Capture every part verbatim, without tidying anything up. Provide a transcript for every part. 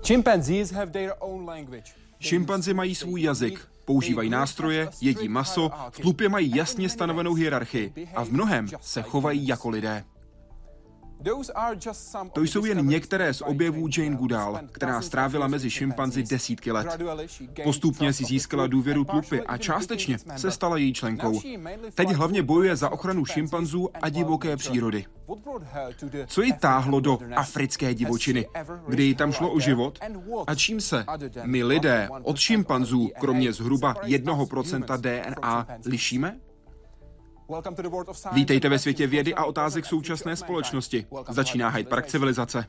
Šimpanzi mají svůj jazyk, používají nástroje, jedí maso, v tlupě mají jasně stanovenou hierarchii a v mnohém se chovají jako lidé. To jsou jen některé z objevů Jane Goodall, která strávila mezi šimpanzi desítky let. Postupně si získala důvěru tlupy a částečně se stala její členkou. Teď hlavně bojuje za ochranu šimpanzů a divoké přírody. Co ji táhlo do africké divočiny, kdy jí tam šlo o život? A čím se my lidé od šimpanzů, kromě zhruba jednoho procenta D N A, lišíme? Vítejte ve světě vědy a otázek současné společnosti. Začíná Hyde Park civilizace.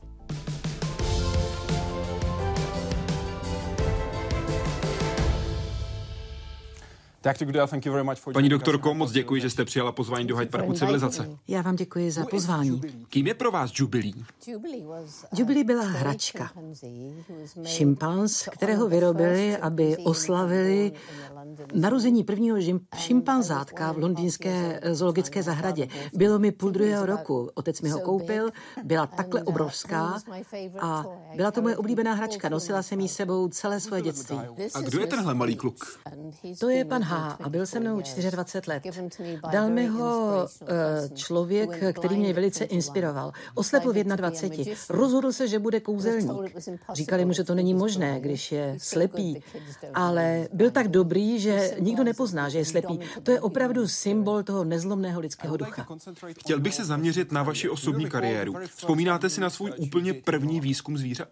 Paní doktorko, moc děkuji, že jste přijala pozvání do Hyde Parku civilizace. Já vám děkuji za pozvání. Kým je pro vás Jubilee? Jubilee byla hračka. Šimpanz, kterého vyrobili, aby oslavili narození prvního šimpanzátka v londýnské zoologické zahradě. Bylo mi půl druhého roku. Otec mi ho koupil, byla takhle obrovská a byla to moje oblíbená hračka. Nosila jsem ji sebou celé svoje dětství. A kdo je tenhle malý kluk? To je pan H. a byl se mnou dvacet čtyři let. Dal mi ho člověk, který mě velice inspiroval. Oslepl v dvaceti jedné. Rozhodl se, že bude kouzelník. Říkali mu, že to není možné, když je slepý, ale byl tak dobrý, že nikdo nepozná, že je slepý. To je opravdu symbol toho nezlomného lidského ducha. Chtěl bych se zaměřit na vaši osobní kariéru. Vzpomínáte si na svůj úplně první výzkum zvířat?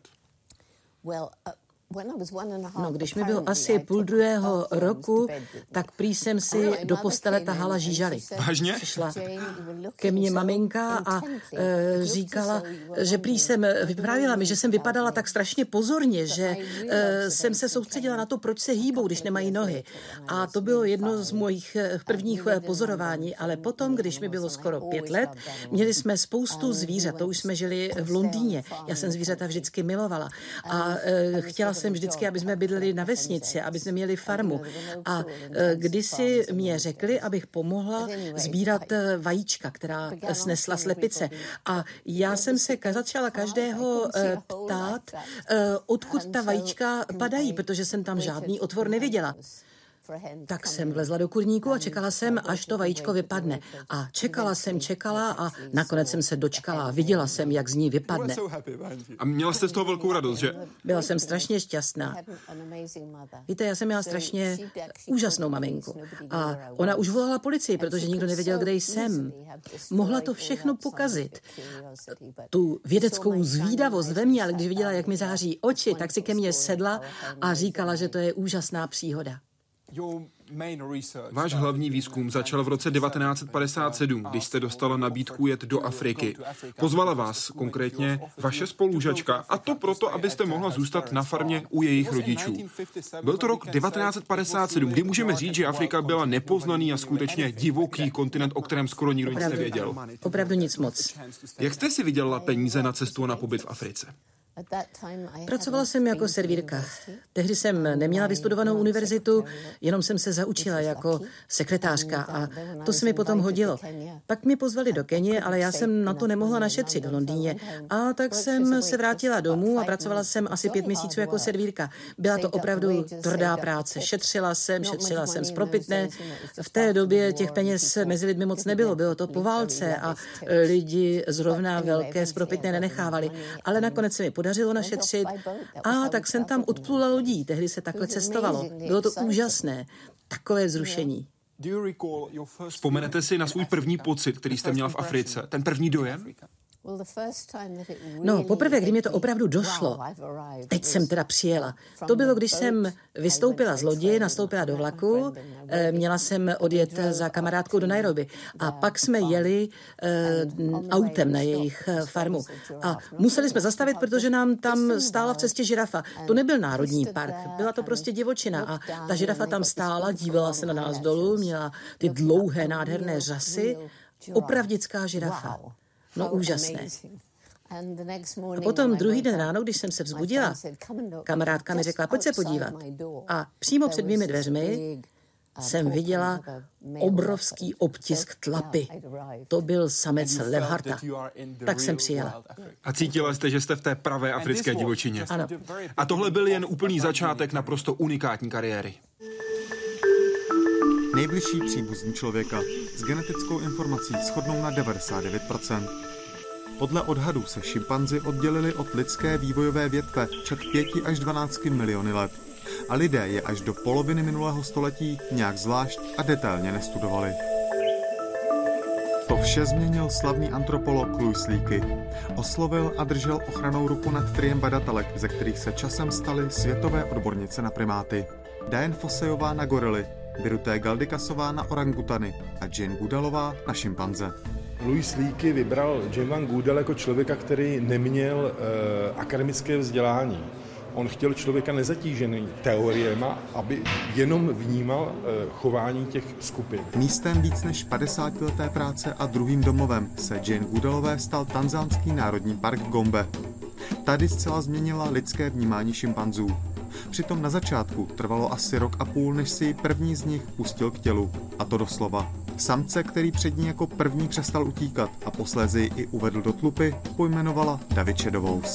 No, když mi bylo asi půl druhého roku, tak prý jsem si do postele tahala žížaly. Vážně? Přišla ke mně maminka a e, říkala, že prý jsem, vyprávěla mi, že jsem vypadala tak strašně pozorně, že e, jsem se soustředila na to, proč se hýbou, když nemají nohy. A to bylo jedno z mojich prvních pozorování, ale potom, když mi bylo skoro pět let, měli jsme spoustu zvířat, to už jsme žili v Londýně. Já jsem zvířata vždycky milovala a e, chtěla jsem vždycky, aby jsme bydleli na vesnici, aby jsme měli farmu. A kdysi mě řekli, abych pomohla sbírat vajíčka, která snesla slepice. A já jsem se začala každého ptát, odkud ta vajíčka padají, protože jsem tam žádný otvor neviděla. Tak jsem vlezla do kurníku a čekala jsem, až to vajíčko vypadne. A čekala jsem, čekala a nakonec jsem se dočkala. Viděla jsem, jak z ní vypadne. A měla jste z toho velkou radost, že? Byla jsem strašně šťastná. Víte, já jsem měla strašně úžasnou maminku. A ona už volala policii, protože nikdo nevěděl, kde jsem. Mohla to všechno pokazit. Tu vědeckou zvídavost ve mně, ale když viděla, jak mi září oči, tak si ke mně sedla a říkala, že to je úžasná příhoda. Váš hlavní výzkum začal v roce devatenáct set padesát sedm, když jste dostala nabídku jet do Afriky. Pozvala vás, konkrétně vaše spolužačka, a to proto, abyste mohla zůstat na farmě u jejich rodičů. Byl to rok devatenáct set padesát sedm, kdy můžeme říct, že Afrika byla nepoznaný a skutečně divoký kontinent, o kterém skoro nikdo nic nevěděl. Opravdu nic moc. Jak jste si vydělala peníze na cestu a na pobyt v Africe? Pracovala jsem jako servírka. Tehdy jsem neměla vystudovanou univerzitu, jenom jsem se zaučila jako sekretářka a to se mi potom hodilo. Pak mě pozvali do Kenie, ale já jsem na to nemohla našetřit v Londýně. A tak jsem se vrátila domů a pracovala jsem asi pět měsíců jako servírka. Byla to opravdu tvrdá práce. Šetřila jsem, šetřila jsem spropitné. V té době těch peněz mezi lidmi moc nebylo. Bylo to po válce a lidi zrovna velké spropitné nenechávali. Ale nakonec se mi podařilo našetřit a tak jsem tam odplula lodí. Tehdy se takhle cestovalo. Bylo to úžasné. Takové vzrušení. Vzpomenete si na svůj první pocit, který jste měla v Africe? Ten první dojem? No, poprvé, kdy mě to opravdu došlo, teď jsem teda přijela. To bylo, když jsem vystoupila z lodi, nastoupila do vlaku, měla jsem odjet za kamarádkou do Nairobi a pak jsme jeli uh, autem na jejich farmu. A museli jsme zastavit, protože nám tam stála v cestě žirafa. To nebyl národní park, byla to prostě divočina a ta žirafa tam stála, dívala se na nás dolů, měla ty dlouhé, nádherné řasy, opravdická žirafa. No úžasné. A potom druhý den ráno, když jsem se vzbudila, kamarádka mi řekla, pojď se podívat. A přímo před mými dveřmi jsem viděla obrovský obtisk tlapy. To byl samec levharta. Tak jsem přijela. A cítila jste, že jste v té pravé africké divočině. Ano. A tohle byl jen úplný začátek naprosto unikátní kariéry. Nejbližší příbuzní člověka s genetickou informací shodnou na devadesát devět procent. Podle odhadů se šimpanzi oddělili od lidské vývojové větve před pěti až dvanácti miliony let. A lidé je až do poloviny minulého století nějak zvlášť a detailně nestudovali. To vše změnil slavný antropolog Louis Leakey. Oslovil a držel ochranou ruku nad triem badatelek, ze kterých se časem staly světové odbornice na primáty. Diane Fosseyová na gorily, Biruté Galdikasová na orangutany a Jane Goodalová na šimpanze. Louis Leakey vybral Jane Van Goodall jako člověka, který neměl e, akademické vzdělání. On chtěl člověka nezatížený teoriema, aby jenom vnímal e, chování těch skupin. Místem víc než padesátileté práce a druhým domovem se Jane Goodallové stal tanzánský národní park Gombe. Tady zcela změnila lidské vnímání šimpanzů. Přitom na začátku trvalo asi rok a půl, než si ji první z nich pustil k tělu. A to doslova. Samce, který před ní jako první přestal utíkat a posléze ji i uvedl do tlupy, pojmenovala Daviče Dovous.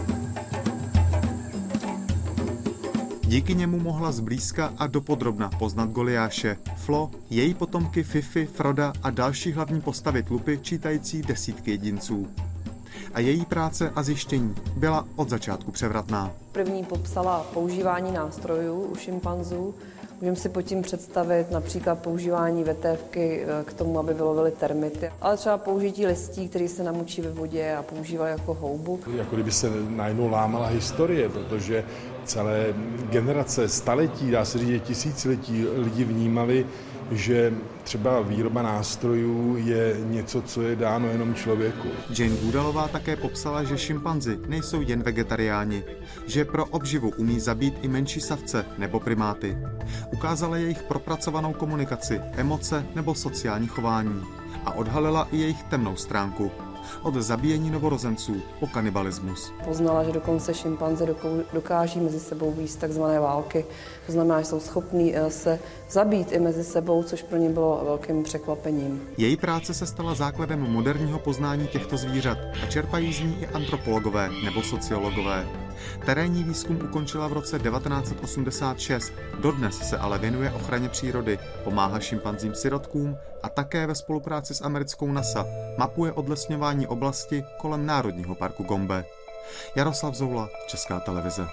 Díky němu mohla zblízka a dopodrobna poznat Goliáše, Flo, její potomky Fifi, Froda a další hlavní postavy tlupy čítající desítky jedinců. A její práce a zjištění byla od začátku převratná. První popsala používání nástrojů u šimpanzů. Můžeme si pod tím představit například používání vetévky k tomu, aby vylovili termity, ale třeba použití listí, který se namočí ve vodě a používali jako houbu. Jako kdyby se najednou lámala historie, protože celé generace, staletí, dá se říct, tisíciletí lidi vnímali, že třeba výroba nástrojů je něco, co je dáno jenom člověku. Jane Goodallová také popsala, že šimpanzi nejsou jen vegetariáni, že pro obživu umí zabít i menší savce nebo primáty. Ukázala jejich propracovanou komunikaci, emoce nebo sociální chování a odhalila i jejich temnou stránku. Od zabíjení novorozenců po kanibalismus. Poznala, že dokonce šimpanze dokáží mezi sebou vést takzvané války. To znamená, že jsou schopní se zabít i mezi sebou, což pro ně bylo velkým překvapením. Její práce se stala základem moderního poznání těchto zvířat a čerpají z ní i antropologové nebo sociologové. Terénní výzkum ukončila v roce devatenáct set osmdesát šest. Dodnes se ale věnuje ochraně přírody, pomáhá šimpanzím sirotkům a také ve spolupráci s americkou NASA mapuje odlesňování oblasti kolem Národního parku Gombe. Jaroslav Zoula, Česká televize.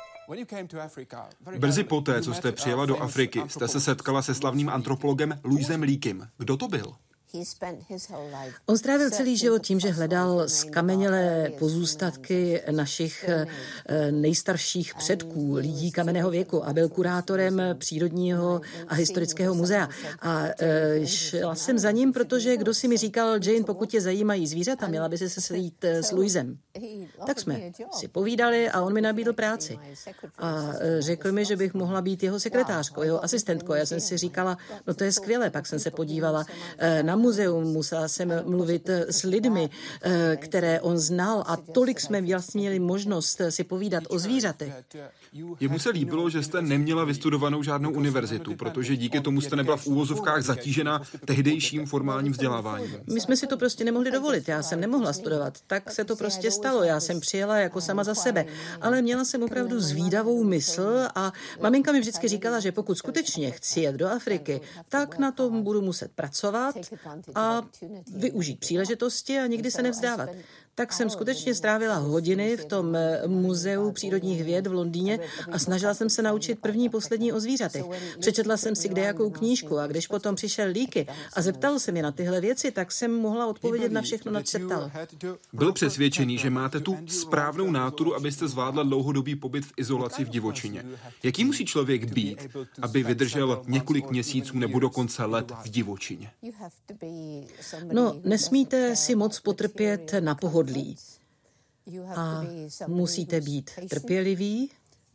Brzy poté, co jste přijela do Afriky, jste se setkala se slavným antropologem Louisem Leakeym. Kdo to byl? On strávil celý život tím, že hledal skamenělé pozůstatky našich nejstarších předků, lidí kamenného věku a byl kurátorem přírodního a historického muzea. A šla jsem za ním, protože kdo si mi říkal, Jane, pokud tě zajímají zvířata, měla by si se sejít s Louisem. Tak jsme si povídali a on mi nabídl práci. A řekl mi, že bych mohla být jeho sekretářkou, jeho asistentkou. Já jsem si říkala, no to je skvělé, pak jsem se podívala na muzeum, musela jsem mluvit s lidmi, které on znal a tolik jsme vlastně měli možnost si povídat o zvířatech. Jemu se líbilo, že jste neměla vystudovanou žádnou univerzitu, protože díky tomu jste nebyla v úvozovkách zatížena tehdejším formálním vzděláváním. My jsme si to prostě nemohli dovolit, já jsem nemohla studovat, tak se to prostě stalo, já jsem přijela jako sama za sebe, ale měla jsem opravdu zvídavou mysl a maminka mi vždycky říkala, že pokud skutečně chci jet do Afriky, tak na tom budu muset pracovat a využít příležitosti a nikdy se nevzdávat. Tak jsem skutečně strávila hodiny v tom muzeu přírodních věd v Londýně a snažila jsem se naučit první poslední o zvířatech. Přečetla jsem si kde jakou knížku a když potom přišel Leakey a zeptal se mě na tyhle věci, tak jsem mohla odpovědět na všechno, na co se ptal. Byl přesvědčený, že máte tu správnou náturu, abyste zvládla dlouhodobý pobyt v izolaci v divočině. Jaký musí člověk být, aby vydržel několik měsíců nebo dokonce let v divočině? No, nesmíte si moc potrpět na pohodlí. A musíte být trpěliví,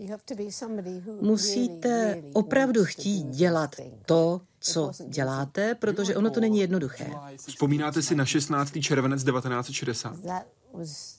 musíte opravdu chtít dělat to, co děláte, protože ono to není jednoduché. Vzpomínáte si na šestnáctého červenec devatenáct set šedesát?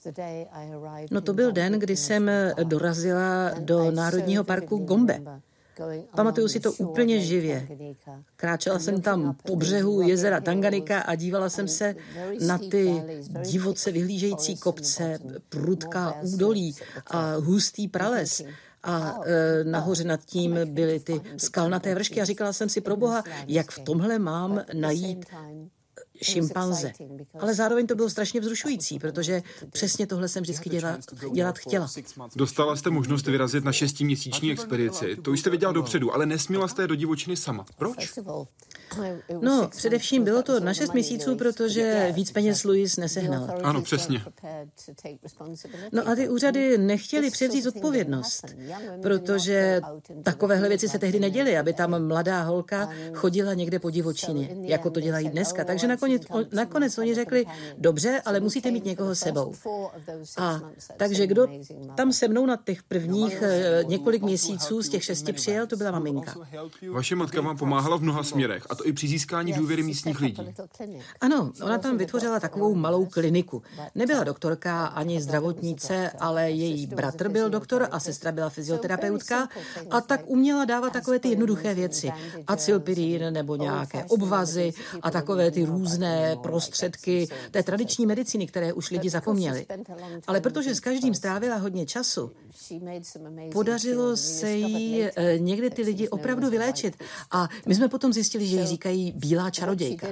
No to byl den, kdy jsem dorazila do Národního parku Gombe. Pamatuju si to úplně živě. Kráčela jsem tam po břehu jezera Tanganika a dívala jsem se na ty divoce vyhlížející kopce, prudká údolí a hustý prales. A e, nahoře nad tím byly ty skalnaté vršky a říkala jsem si, proboha, jak v tomhle mám najít šimpanze. Ale zároveň to bylo strašně vzrušující, protože přesně tohle jsem vždycky dělat, dělat chtěla. Dostala jste možnost vyrazit na šestiměsíční expedici. To už jste věděla dopředu, ale nesměla jste do divočiny sama. Proč? No, především bylo to na šest měsíců, protože víc peněz Louis nesehnal. Ano, přesně. No a ty úřady nechtěli převzít odpovědnost, protože takovéhle věci se tehdy neděly, aby tam mladá holka chodila někde po divočině, jako to dělají dneska. Takže nakonec, nakonec oni řekli, dobře, ale musíte mít někoho sebou. A takže kdo tam se mnou na těch prvních několik měsíců z těch šesti přijel, to byla maminka. Vaše matka vám pomáhala v mnoha směrech, a to i při získání důvěry místních lidí. Ano, ona tam vytvořila takovou malou kliniku. Nebyla doktorka ani zdravotnice, ale její bratr byl doktor a sestra byla fyzioterapeutka a tak uměla dávat takové ty jednoduché věci. Acylpirín nebo nějaké obvazy a takové ty různé prostředky té tradiční medicíny, které už lidi zapomněli. Ale protože s každým strávila hodně času, podařilo se jí někdy ty lidi opravdu vyléčit. A my jsme potom zjistili, že jí říkají bílá čarodějka.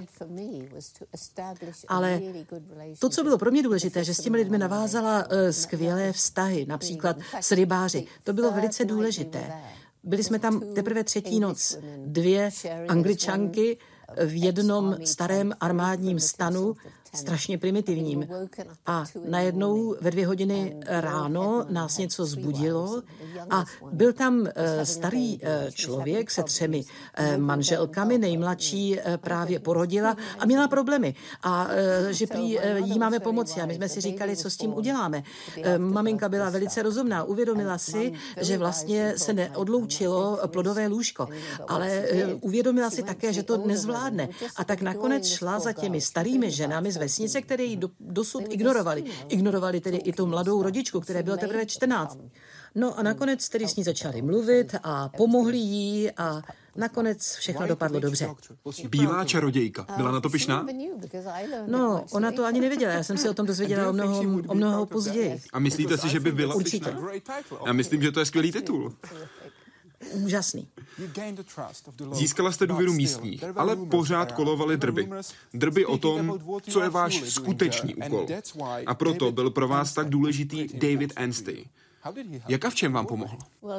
Ale to, co bylo pro mě důležité, že s těmi lidmi navázala skvělé vztahy, například s rybáři, to bylo velice důležité. Byli jsme tam teprve třetí noc. Dvě Angličanky v jednom starém armádním stanu, strašně primitivním. A najednou ve dvě hodiny ráno nás něco zbudilo a byl tam starý člověk se třemi manželkami, nejmladší právě porodila a měla problémy. A že prý jí máme pomoci a my jsme si říkali, co s tím uděláme. Maminka byla velice rozumná, uvědomila si, že vlastně se neodloučilo plodové lůžko, ale uvědomila si také, že to nezvládne. A tak nakonec šla za těmi starými ženami z vesnice, které ji do, dosud ignorovali. Ignorovali tedy i tu mladou rodičku, které bylo teprve čtrnáct. No a nakonec tedy s ní začali mluvit a pomohli jí a nakonec všechno dopadlo dobře. Bílá čarodějka. Byla na to pyšná? No, ona to ani nevěděla. Já jsem si o tom dozvěděla o mnoho, o mnoho později. A myslíte si, že by byla Určitě. pyšná? Já myslím, že to je skvělý titul. Úžasný. Získala jste důvěru místních, ale pořád kolovaly drby. Drby o tom, co je váš skutečný úkol. A proto byl pro vás tak důležitý David Anstey. Jak a v čem vám pomohl?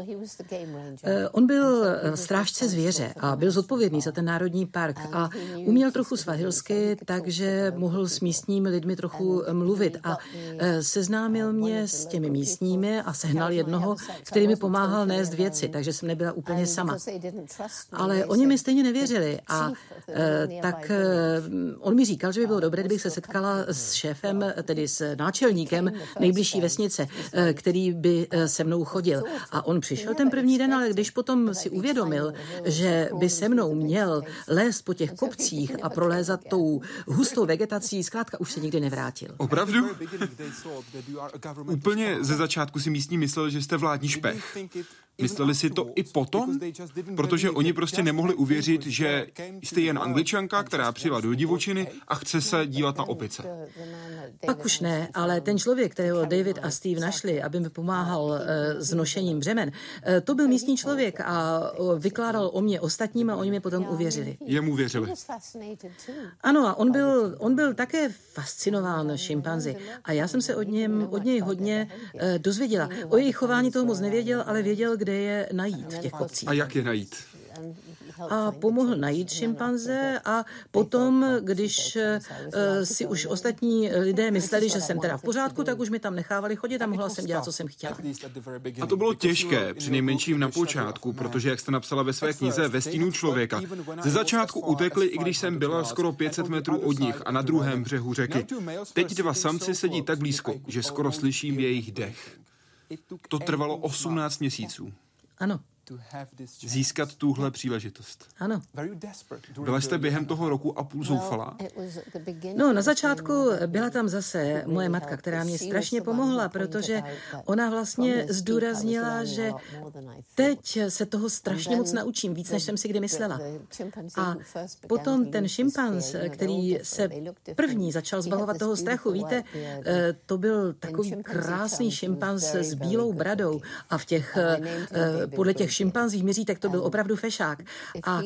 On byl strážce zvěře a byl zodpovědný za ten národní park a uměl trochu svahilsky, takže mohl s místními lidmi trochu mluvit a seznámil mě s těmi místními a sehnal jednoho, který mi pomáhal nést věci, takže jsem nebyla úplně sama. Ale oni mi stejně nevěřili a tak on mi říkal, že by bylo dobré, kdybych se setkala s šéfem, tedy s náčelníkem nejbližší vesnice, který by se mnou chodil. A on přišel ten první den, ale když potom si uvědomil, že by se mnou měl lézt po těch kopcích a prolézat tou hustou vegetací, zkrátka už se nikdy nevrátil. Opravdu? Úplně ze začátku si místní myslel, že jste vládní špech. Mysleli si to i potom? Protože oni prostě nemohli uvěřit, že jste jen Angličanka, která přijela do divočiny a chce se dívat na opice. Pak už ne, ale ten člověk, kterého David a Steve našli, aby mi pomáhal uh, s nošením břemen, uh, to byl místní člověk a uh, vykládal o mě ostatním a oni mi potom uvěřili. Jemu věřili. Ano, a on byl, on byl také fascinován šimpanzi a já jsem se od, něm, od něj hodně uh, dozvěděla. O jejich chování toho moc nevěděl, ale věděl, kde je najít v těch kopcích. A jak je najít? A pomohl najít šimpanze a potom, když uh, si už ostatní lidé mysleli, že jsem teda v pořádku, tak už mi tam nechávali chodit a mohla jsem dělat, co jsem chtěla. A to bylo těžké, přinejmenším na počátku, protože, jak jste napsala ve své knize Ve stínu člověka, ze začátku utekli, i když jsem byla skoro pět set metrů od nich a na druhém břehu řeky. Teď dva samci sedí tak blízko, že skoro slyším jejich dech. To trvalo osmnáct měsíců. Ano. Získat tuhle příležitost. Ano. Byla jste během toho roku a půl zoufalá? No, na začátku byla tam zase moje matka, která mě strašně pomohla, protože ona vlastně zdůraznila, že teď se toho strašně moc naučím, víc, než jsem si kdy myslela. A potom ten šimpanz, který se první začal zbavovat toho strachu, víte, to byl takový krásný šimpanz s bílou bradou a v těch, podle těch šimpanzích měřítek to byl opravdu fešák. A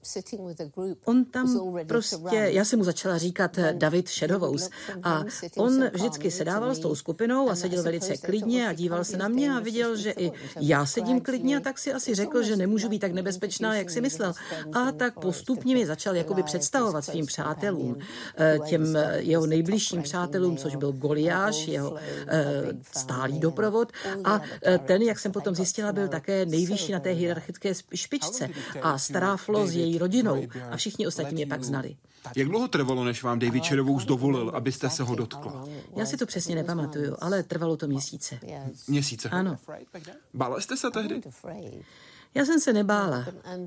on tam prostě, já jsem mu začala říkat David Shadowous a on vždycky sedával s tou skupinou a seděl velice klidně a díval se na mě a viděl, že i já sedím klidně a tak si asi řekl, že nemůžu být tak nebezpečná, jak si myslel. A tak postupně mi začal jakoby představovat svým přátelům, těm jeho nejbližším přátelům, což byl Goliáš, jeho stálý doprovod a ten, jak jsem potom zjistila, byl také nejvyšší na té hierarchické špičce a stará Flo s její rodinou a všichni ostatní mě pak znali. Jak dlouho trvalo, než vám David Shadowous dovolil, abyste se ho dotkla? Já si to přesně nepamatuju, ale trvalo to měsíce. Měsíce? Ano. Bála jste se tehdy? Já jsem se nebála.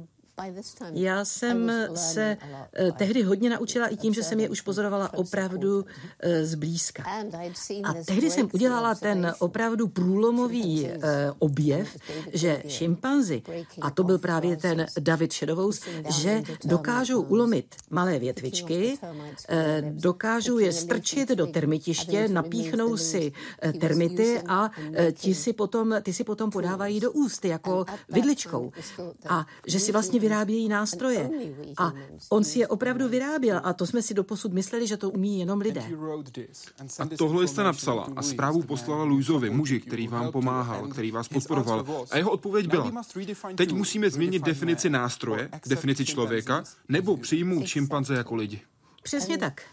Já jsem se uh, tehdy hodně naučila i tím, že jsem je už pozorovala opravdu uh, zblízka. A tehdy jsem udělala ten opravdu průlomový uh, objev, že šimpanzi, a to byl právě ten David Shadowous, že dokážou ulomit malé větvičky, uh, dokážou je strčit do termitiště, napíchnou si uh, termity a uh, ti si potom, ty si potom podávají do úst jako vidličkou. A že si vlastně vyrábějí nástroje. A on si je opravdu vyráběl a to jsme si doposud mysleli, že to umí jenom lidé. A tohle jste napsala a zprávu poslala Louisovi, muži, který vám pomáhal, který vás podporoval. A jeho odpověď byla: teď musíme změnit definici nástroje, definici člověka, nebo přijmout šimpanze jako lidi. Přesně tak.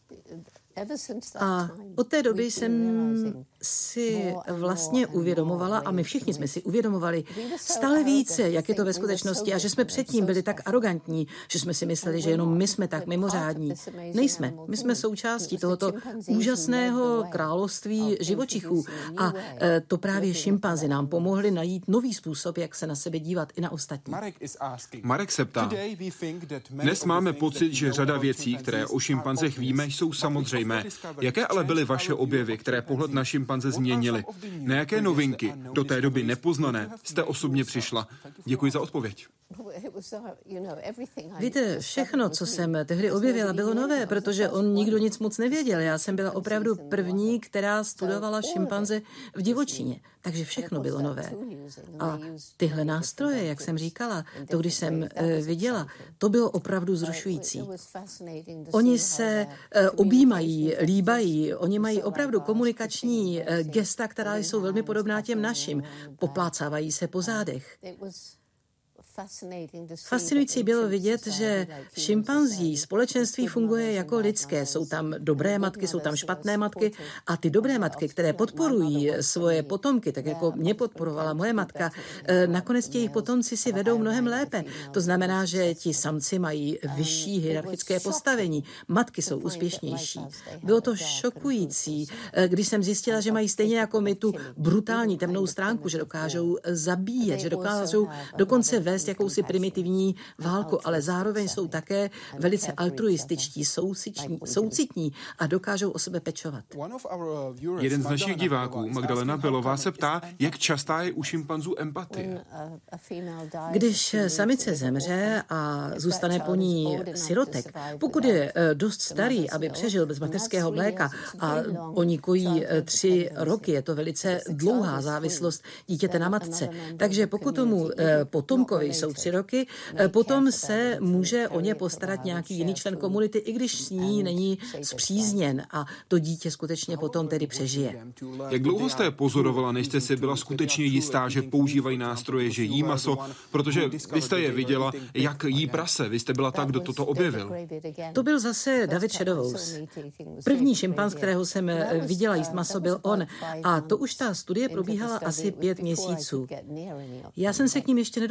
A od té doby jsem si vlastně uvědomovala, a my všichni jsme si uvědomovali stále více, jak je to ve skutečnosti a že jsme předtím byli tak arrogantní, že jsme si mysleli, že jenom my jsme tak mimořádní. Nejsme. My jsme součástí tohoto úžasného království živočichů a to právě šimpanzi nám pomohli najít nový způsob, jak se na sebe dívat i na ostatní. Marek se ptá: dnes máme pocit, že řada věcí, které o šimpanzech víme, jsou samozřejmé. Jaké ale byly vaše objevy, které pohled na šimpanze změnily? Na jaké novinky, do té doby nepoznané, jste osobně přišla? Děkuji za odpověď. Víte, všechno, co jsem tehdy objevila, bylo nové, protože on nikdo nic moc nevěděl. Já jsem byla opravdu první, která studovala šimpanze v divočině, takže všechno bylo nové. A tyhle nástroje, jak jsem říkala, to, když jsem e, viděla, to bylo opravdu zrušující. Oni se e, objímají, líbají, oni mají opravdu komunikační e, gesta, která jsou velmi podobná těm našim. Poplácávají se po zádech. Fascinující bylo vidět, že šimpanzí společenství funguje jako lidské. Jsou tam dobré matky, jsou tam špatné matky a ty dobré matky, které podporují svoje potomky, tak jako mě podporovala moje matka, nakonec ti jejich potomci si vedou mnohem lépe. To znamená, že ti samci mají vyšší hierarchické postavení. Matky jsou úspěšnější. Bylo to šokující, když jsem zjistila, že mají stejně jako my tu brutální temnou stránku, že dokážou zabíjet, že dokážou dokonce vést jakousi primitivní válku, ale zároveň jsou také velice altruističtí, soucitní, soucitní a dokážou o sebe pečovat. Jeden z našich diváků, Magdalena Belová, se ptá, jak častá je u šimpanzů empatie. Když samice zemře a zůstane po ní sirotek, pokud je dost starý, aby přežil bez mateřského mléka a oni kojí tři roky, je to velice dlouhá závislost dítěte na matce, takže pokud tomu potomkovi jsou tři roky, potom se může o ně postarat nějaký jiný člen komunity, i když s ní není spřízněn a to dítě skutečně potom tedy přežije. Jak dlouho jste je pozorovala, než jste si byla skutečně jistá, že používají nástroje, že jí maso, protože vy jste je viděla, jak jí prase, vy jste byla tak, kdo toto objevil. To byl zase David Shadowous. První šimpanz, kterého jsem viděla jíst maso, byl on a to už ta studie probíhala asi pět měsíců. Já jsem se k ním ještě nedostala,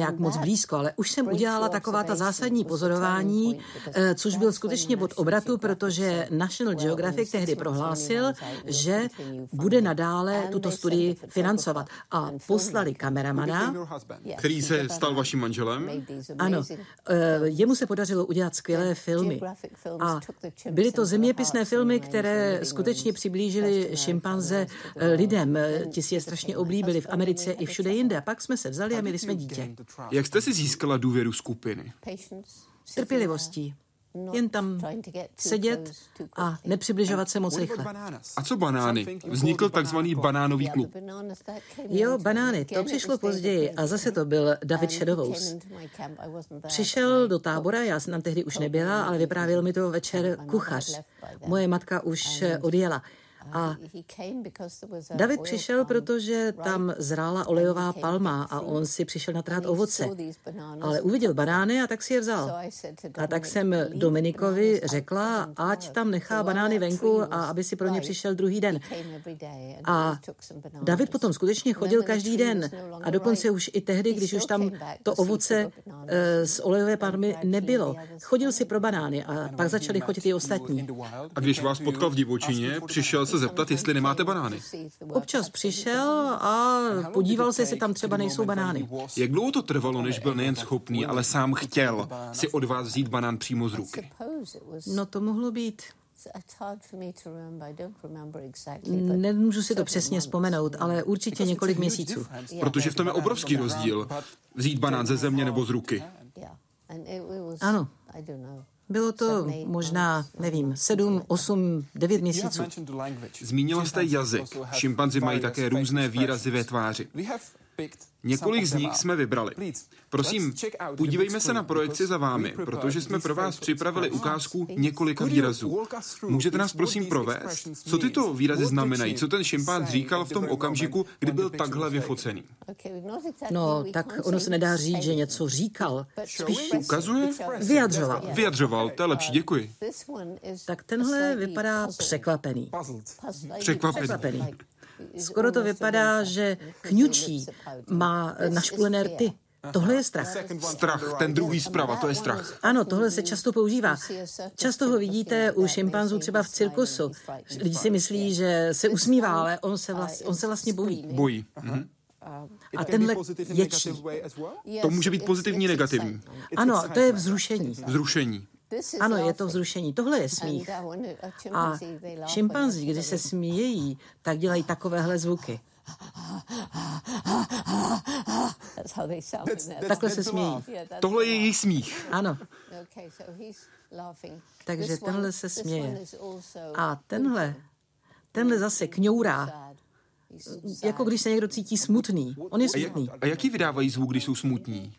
nějak moc blízko, ale už jsem udělala taková ta zásadní pozorování, což byl skutečně bod obratu, protože National Geographic tehdy prohlásil, že bude nadále tuto studii financovat. A poslali kameramana, který se stal vaším manželem. Ano, jemu se podařilo udělat skvělé filmy. A byly to zeměpisné filmy, které skutečně přiblížily šimpanze lidem. Ti si je strašně oblíbili v Americe i všude jinde. A pak jsme se vzali a měli jsme dítě. Jak jste si získala důvěru skupiny? Trpělivostí. Jen tam sedět a nepřibližovat se moc rychle. A co banány? Vznikl takzvaný banánový klub. Jo, banány, to přišlo později a zase to byl David Shadowhouse. Přišel do tábora, já jsem tam tehdy už nebyla, ale vyprávěl mi to večer kuchař. Moje matka už odjela. A David přišel, protože tam zrála olejová palma a on si přišel natrhat ovoce. Ale uviděl banány a tak si je vzal. A tak jsem Dominikovi řekla, ať tam nechá banány venku a aby si pro ně přišel druhý den. A David potom skutečně chodil každý den. A dokonce už i tehdy, když už tam to ovoce z olejové palmy nebylo. Chodil si pro banány a pak začali chodit i ostatní. A když vás potkal v divočině, přišel se zeptat, jestli nemáte banány. Občas přišel a podíval se, jestli tam třeba nejsou banány. Jak dlouho to trvalo, než byl nejen schopný, ale sám chtěl si od vás vzít banán přímo z ruky? No to mohlo být. Nemůžu si to přesně vzpomenout, ale určitě několik měsíců. Protože v tom je obrovský rozdíl. Vzít banán ze země nebo z ruky. Ano. Bylo to možná, nevím, sedm, osm, devět měsíců. Zmínila jste jazyk. Šimpanzi mají také různé výrazy ve tváři. Několik z nich jsme vybrali. Prosím, podívejme se na projekci za vámi, protože jsme pro vás připravili ukázku několika výrazů. Můžete nás prosím provést? Co tyto výrazy znamenají? Co ten šimpanz říkal v tom okamžiku, kdy byl takhle vyfocený? No, tak ono se nedá říct, že něco říkal. Spíš ukazuje? Vyjadřoval. Vyjadřoval, to je lepší, děkuji. Tak tenhle vypadá překvapený. Překvapený. Překvapený. Skoro to vypadá, že kňučí, má našpulené rty. Tohle je strach. Strach, ten druhý zprava, to je strach. Ano, tohle se často používá. Často ho vidíte u šimpanzů třeba v cirkusu. Lidi si myslí, že se usmívá, ale on se, vlastně, on se vlastně bojí. Bojí. Mhm. A tenhle ječí. To může být pozitivní, negativní. Ano, to je vzrušení. Vzrušení. Ano, je to vzrušení. Tohle je smích. A šimpanzi, když se smějí, tak dělají takovéhle zvuky. Takhle se smějí. Tohle je jejich smích. Ano. Takže tenhle se směje. A tenhle, tenhle zase kňourá. Jako když se někdo cítí smutný. On je smutný. A jaký vydávají zvuk, když jsou smutní?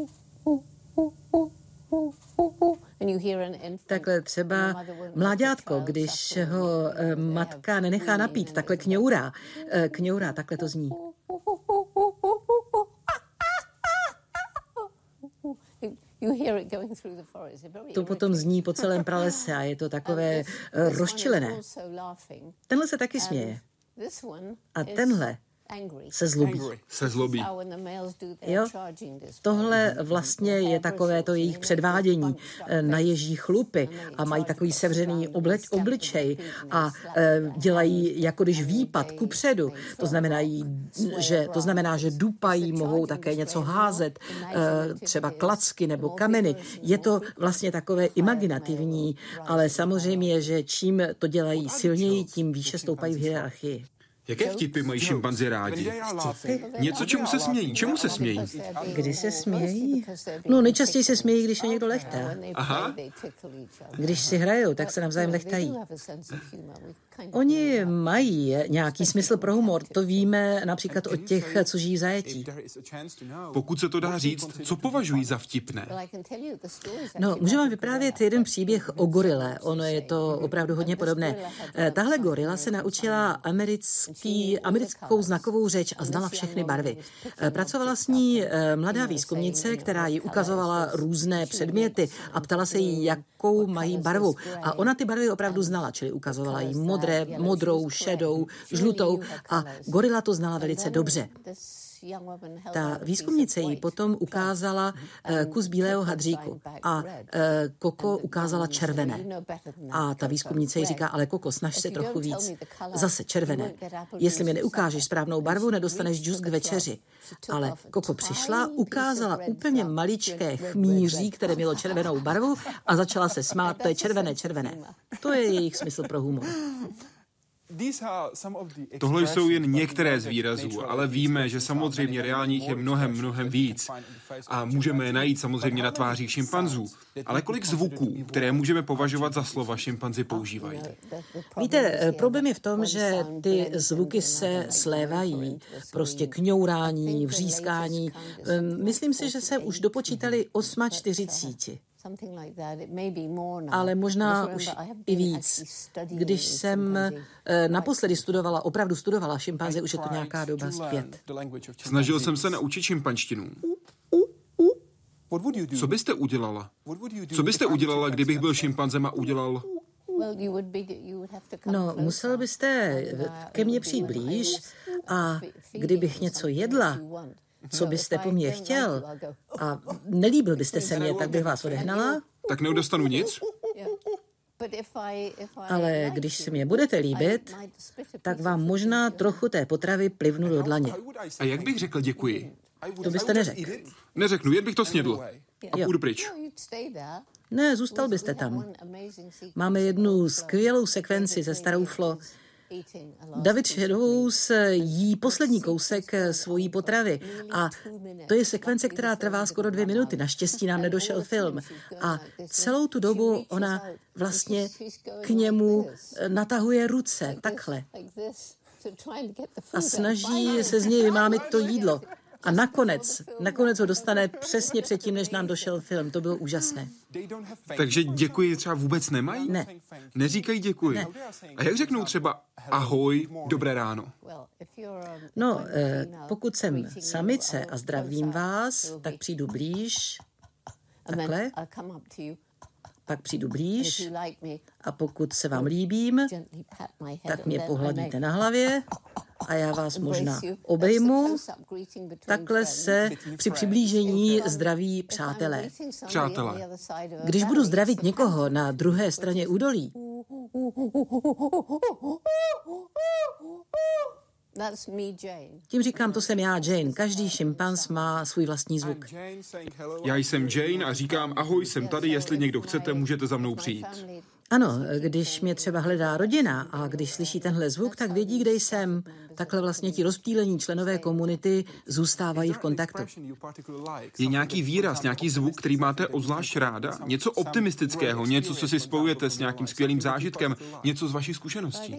Takhle třeba mláďátko, když ho matka nenechá napít, takhle kňourá. Kňourá, takhle to zní. To potom zní po celém pralese a je to takové rozčilené. Tenhle se taky směje. A tenhle se zlobí. Se zlobí. Jo? Tohle vlastně je takové to jejich předvádění. Naježí chlupy a mají takový sevřený obleč, obličej a e, dělají jako když výpad kupředu. To znamená, že, to znamená, že dupají, mohou také něco házet, e, třeba klacky nebo kameny. Je to vlastně takové imaginativní, ale samozřejmě, že čím to dělají silněji, tím výše stoupají v hierarchii. Jaké vtipy mají šimpanzi rádi? Něco, čemu se smějí? Čemu se smějí? Kdy se smějí? No, nejčastěji se smějí, když je někdo lechtá. Aha. Když si hrajou, tak se navzájem lechtají. Oni mají nějaký smysl pro humor. To víme například od těch, co žijí v zajetí. Pokud se to dá říct, co považují za vtipné? No, můžu vám vyprávět jeden příběh o gorile. Ono je to opravdu hodně podobné. Tahle gorila se naučila americký, americkou znakovou řeč a znala všechny barvy. Pracovala s ní mladá výzkumnice, která jí ukazovala různé předměty a ptala se jí, jakou mají barvu. A ona ty barvy opravdu znala, čili ukazovala jí modré, modrou, šedou, žlutou a gorila to znala velice dobře. Ta výzkumnice jí potom ukázala kus bílého hadříku a Koko ukázala červené. A ta výzkumnice jí říká, ale Koko, snaž se trochu víc. Zase červené. Jestli mi neukážeš správnou barvu, nedostaneš džus k večeři. Ale Koko přišla, ukázala úplně maličké chmíří, které mělo červenou barvu a začala se smát, to je červené, červené. To je jejich smysl pro humor. Tohle jsou jen některé z výrazů, ale víme, že samozřejmě reálních je mnohem, mnohem víc. A můžeme je najít samozřejmě na tvářích šimpanzů. Ale kolik zvuků, které můžeme považovat za slova, šimpanzi používají? Víte, problém je v tom, že ty zvuky se slévají. Prostě kňourání, vřískání. Myslím si, že se už dopočítali čtyřicet osm. Ale možná už i víc. Když jsem naposledy studovala, opravdu studovala šimpanze, už je to nějaká doba zpět. Snažil jsem se naučit šimpanštinu. Co byste udělala? Co byste udělala, kdybych byl šimpanzem a udělal... No, musel byste ke mně přijít blíž a kdybych něco jedla, co byste po mně chtěl a nelíbil byste se mě, tak bych vás odehnala. Tak nedostanu nic? Ale když si mě budete líbit, tak vám možná trochu té potravy plivnu do dlaně. A jak bych řekl děkuji? To byste neřekl. Neřeknu, jen bych to snědl. A půjdu pryč. Ne, zůstal byste tam. Máme jednu skvělou sekvenci se starou Flo. David Shadows jí poslední kousek svojí potravy a to je sekvence, která trvá skoro dvě minuty. Naštěstí nám nedošel film. A celou tu dobu ona vlastně k němu natahuje ruce, takhle. A snaží se z něj vymámit to jídlo. A nakonec, nakonec ho dostane přesně předtím, než nám došel film. To bylo úžasné. Takže děkuji třeba vůbec nemají? Ne. Neříkají děkuji? Ne. A jak řeknou třeba ahoj, dobré ráno? No, eh, pokud jsem samice a zdravím vás, tak přijdu blíž. Takhle. Pak přijdu blíž a pokud se vám líbím, tak mě pohladíte na hlavě a já vás možná obejmu. Takhle se při přiblížení zdraví přátelé. Přátelé. Když budu zdravit někoho na druhé straně údolí, tím říkám, to jsem já, Jane. Každý šimpanz má svůj vlastní zvuk. Já jsem Jane a říkám, ahoj, jsem tady, jestli někdo chcete, můžete za mnou přijít. Ano, když mě třeba hledá rodina a když slyší tenhle zvuk, tak vědí, kde jsem. Takhle vlastně ti rozptýlení členové komunity zůstávají v kontaktu. Je nějaký výraz, nějaký zvuk, který máte obzvlášť ráda? Něco optimistického, něco, co si spojujete s nějakým skvělým zážitkem, něco z vašich zkušeností?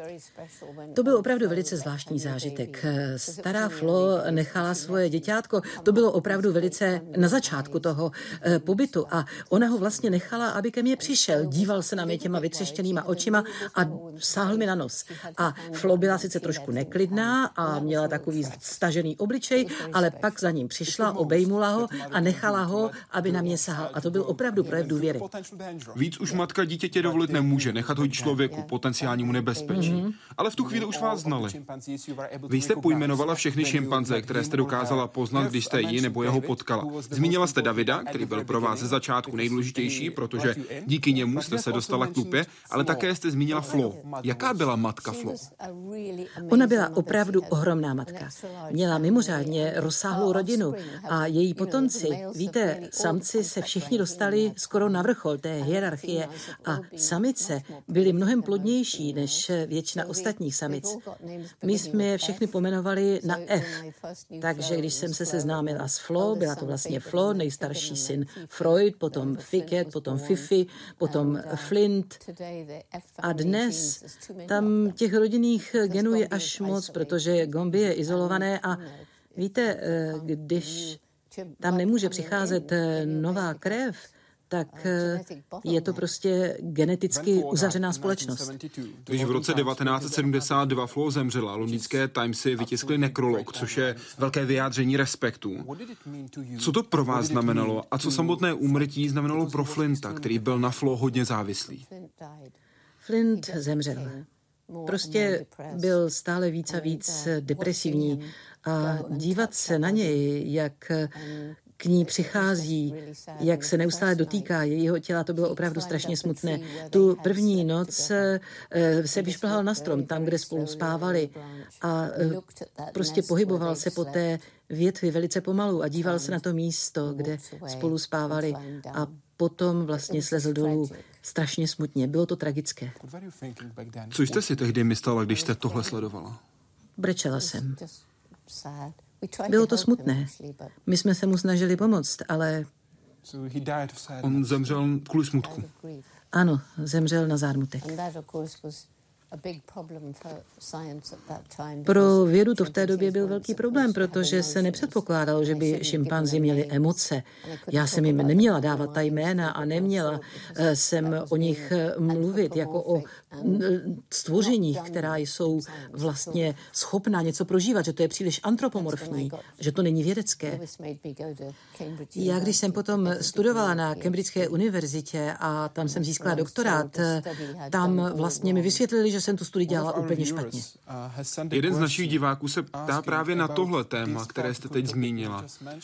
To byl opravdu velice zvláštní zážitek. Stará Flo nechala svoje děťátko, to bylo opravdu velice na začátku toho pobytu a ona ho vlastně nechala, aby ke mně přišel. Díval se na mě těma vytřeštěnýma očima a sáhl mi na nos. A Flo byla sice trošku neklidná a měla takový stažený obličej, ale pak za ním přišla, obejmula ho a nechala ho, aby na mě sahal. A to byl opravdu projev důvěry. Víc už matka dítětě dovolit nemůže, nechat ho jít člověku, potenciálnímu nebezpečí. Mm-hmm. Ale v tu chvíli už vás znali. Vy jste pojmenovala všechny šimpanze, které jste dokázala poznat, když jste ji nebo jeho potkala. Zmínila jste Davida, který byl pro vás ze začátku nejdůležitější, protože díky němu jste se dostala k lupě, ale také jste zmínila Flo. Jaká byla matka Flo? Ona byla opravdu ohromná matka. Měla mimořádně rozsáhlou rodinu a její potomci, víte, samci se všichni dostali skoro na vrchol té hierarchie a samice byly mnohem plodnější než většina ostatních samic. My jsme je všechny pomenovali na F, takže když jsem se seznámila s Flo, byla to vlastně Flo, nejstarší syn Freud, potom Ficket, potom Fifi, potom Flint a dnes tam těch rodinných genů je až moc, protože Gombe je izolované a víte, když tam nemůže přicházet nová krev, tak je to prostě geneticky uzavřená společnost. Když v roce devatenáct set sedmdesát dva Flo zemřela, londýnské Timesy vytiskly nekrolog, což je velké vyjádření respektu. Co to pro vás znamenalo a co samotné úmrtí znamenalo pro Flinta, který byl na Flo hodně závislý? Flint zemřel. Prostě byl stále víc a víc depresivní a dívat se na něj, jak k ní přichází, jak se neustále dotýká jejího těla, to bylo opravdu strašně smutné. Tu první noc se vyšplhal na strom, tam, kde spolu spávali a prostě pohyboval se po té větvi velice pomalu a díval se na to místo, kde spolu spávali a potom vlastně slezl dolů strašně smutně. Bylo to tragické. Co jste si tehdy myslela, když jste tohle sledovala? Brečela jsem. Bylo to smutné. My jsme se mu snažili pomoct, ale... On zemřel kvůli smutku. Ano, zemřel na zármutek. Pro vědu to v té době byl velký problém, protože se nepředpokládalo, že by šimpanzi měli emoce. Já jsem jim neměla dávat ta jména a neměla jsem o nich mluvit jako o stvořeních, která jsou vlastně schopná něco prožívat, že to je příliš antropomorfní, že to není vědecké. Já, když jsem potom studovala na Cambridgeské univerzitě a tam jsem získala doktorát, tam vlastně mi vysvětlili, že jsem tu studii dělala úplně špatně. Jeden z našich diváků se ptá právě na tohle téma, které jste teď zmínila.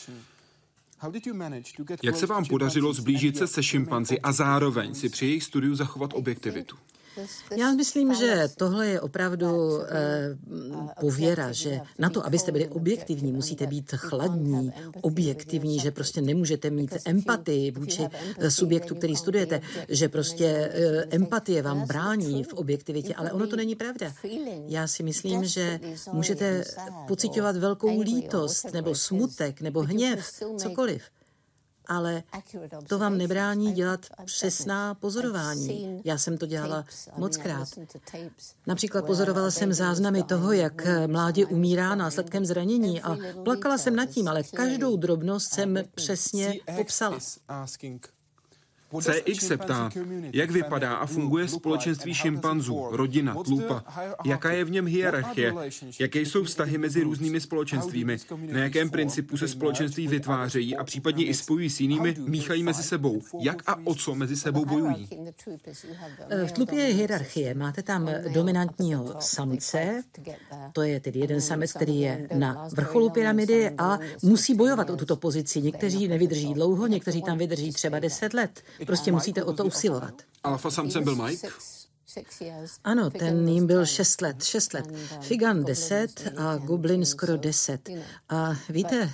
Jak se vám podařilo zblížit se se šimpanzi a zároveň si při jejich studiu zachovat objektivitu? Já myslím, že tohle je opravdu eh, pověra, že na to, abyste byli objektivní, musíte být chladní, objektivní, že prostě nemůžete mít empatii vůči subjektu, který studujete, že prostě eh, empatie vám brání v objektivitě, ale ono to není pravda. Já si myslím, že můžete pociťovat velkou lítost, nebo smutek, nebo hněv, cokoliv. Ale to vám nebrání dělat přesná pozorování. Já jsem to dělala mockrát. Například pozorovala jsem záznamy toho, jak mládě umírá následkem zranění a plakala jsem nad tím, ale každou drobnost jsem přesně popsala. C X se ptá, jak vypadá a funguje společenství šimpanzů, rodina, tlupa, jaká je v něm hierarchie, jaké jsou vztahy mezi různými společenstvími, na jakém principu se společenství vytvářejí a případně i spojují s jinými, míchají mezi sebou, jak a o co mezi sebou bojují. V tlupě je hierarchie. Máte tam dominantního samce, to je tedy jeden samec, který je na vrcholu pyramidy a musí bojovat o tuto pozici. Někteří nevydrží dlouho, někteří tam vydrží třeba deset let. Prostě musíte o to usilovat. Alfa samcem byl Mike? Ano, ten jim byl šest let, šest let. Figan deset a Goblin skoro deset. A víte,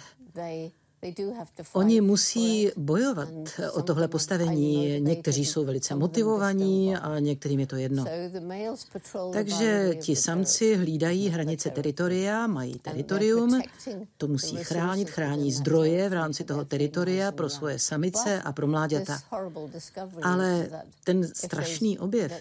oni musí bojovat o tohle postavení. Někteří jsou velice motivovaní a některým je to jedno. Takže ti samci hlídají hranice teritoria, mají teritorium, to musí chránit, chrání zdroje v rámci toho teritoria pro svoje samice a pro mláďata. Ale ten strašný objev,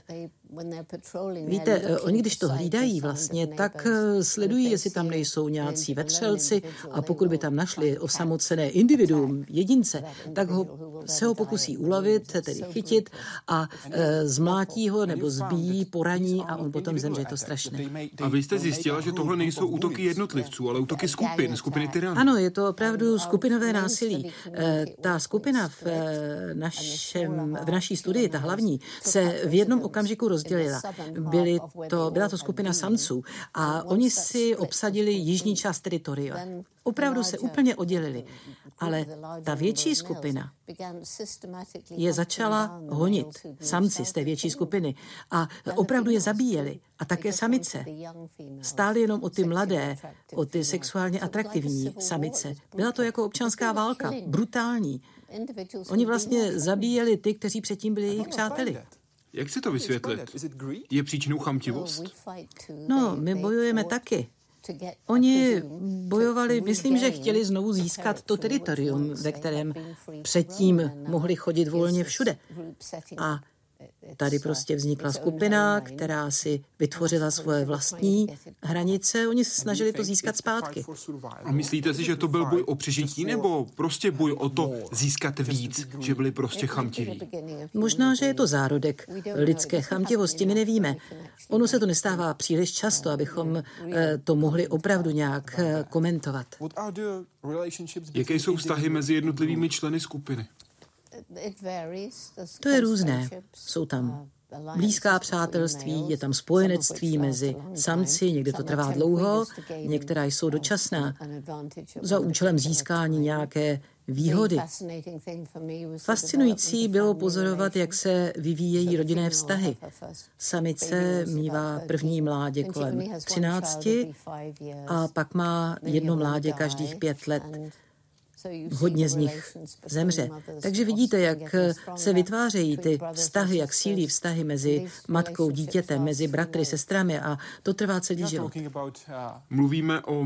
víte, oni když to hlídají vlastně, tak sledují, jestli tam nejsou nějací vetřelci a pokud by tam našli osamocené individuum, jedince, tak ho, se ho pokusí ulovit, tedy chytit a e, zmlátí ho nebo zbíjí, poraní a on potom zemře, je to strašné. A vy jste zjistila, že tohle nejsou útoky jednotlivců, ale útoky skupin, skupiny tyranů. Ano, je to opravdu skupinové násilí. E, ta skupina v, našem, v naší studii, ta hlavní, se v jednom okamžiku rozdělila. Byly to, byla to skupina samců a oni si obsadili jižní část teritoria. Opravdu se úplně oddělili. Ale ta větší skupina je začala honit, samci z té větší skupiny, a opravdu je zabíjeli. A také samice. Stáli jenom o ty mladé, o ty sexuálně atraktivní samice. Byla to jako občanská válka, brutální. Oni vlastně zabíjeli ty, kteří předtím byli jejich přáteli. Jak si to vysvětlit? Je příčinou chamtivost? No, my bojujeme taky. Oni bojovali, myslím, že chtěli znovu získat to teritorium, ve kterém předtím mohli chodit volně všude. A tady prostě vznikla skupina, která si vytvořila svoje vlastní hranice. Oni se snažili to získat zpátky. A myslíte si, že to byl boj o přežití, nebo prostě boj o to získat víc, že byli prostě chamtiví? Možná, že je to zárodek lidské chamtivosti, my nevíme. Ono se to nestává příliš často, abychom to mohli opravdu nějak komentovat. Jaké jsou vztahy mezi jednotlivými členy skupiny? To je různé. Jsou tam blízká přátelství, je tam spojenectví mezi samci, někde to trvá dlouho, některá jsou dočasná, za účelem získání nějaké výhody. Fascinující bylo pozorovat, jak se vyvíjejí rodinné vztahy. Samice mívá první mládě kolem třinácti a pak má jedno mládě každých pět let. Hodně z nich zemře. Takže vidíte, jak se vytvářejí ty vztahy, jak sílí vztahy mezi matkou, dítětem, mezi bratry, sestrami a to trvá celý život. Mluvíme o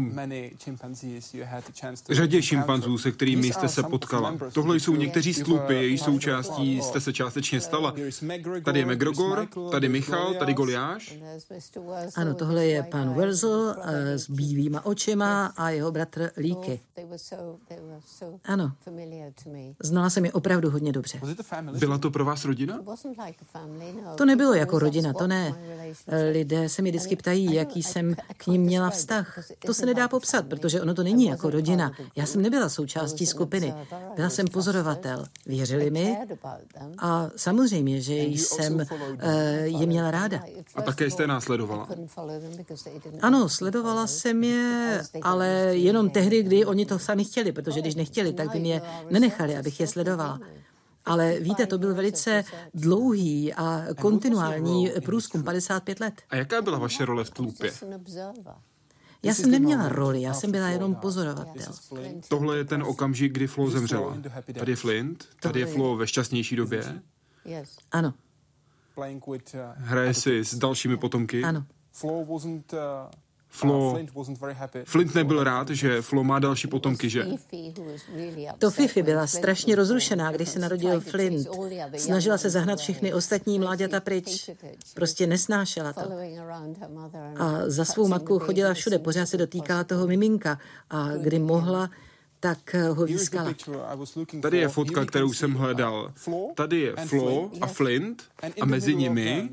řadě šimpanzů, se kterými jste se potkala. Tohle jsou někteří stlupy, její součástí jste se částečně stala. Tady je McGregor, tady Michal, tady Goliáš. Ano, tohle je pan Wurzel s bílýma očima a jeho bratr Leakey. Ano, znala jsem je opravdu hodně dobře. Byla to pro vás rodina? To nebylo jako rodina, to ne. Lidé se mi vždycky ptají, jaký jsem k ním měla vztah. To se nedá popsat, protože ono to není jako rodina. Já jsem nebyla součástí skupiny. Byla jsem pozorovatel. Věřili mi a samozřejmě, že jsem uh, je měla ráda. A také jste následovala? Ano, sledovala jsem je, ale jenom tehdy, kdy oni to sami chtěli, protože když nechtěli, tak by mě nenechali, abych je sledovala. Ale víte, to byl velice dlouhý a kontinuální průzkum, padesát pět let. A jaká byla vaše role v tlupě? Já jsem neměla roli, já jsem byla jenom pozorovatel. Tohle je ten okamžik, kdy Flo zemřela. Tady je Flint, tady je Flo ve šťastnější době. Ano. Hraje si s dalšími potomky. Ano. Flo, Flint nebyl rád, že Flo má další potomky, že? To Fifi byla strašně rozrušená, když se narodil Flint. Snažila se zahnat všechny ostatní mláďata pryč. Prostě nesnášela to. A za svou matkou chodila všude, pořád se dotýkala toho miminka a kdy mohla, tak ho výskala. Tady je fotka, kterou jsem hledal. Tady je Flo a Flint a mezi nimi...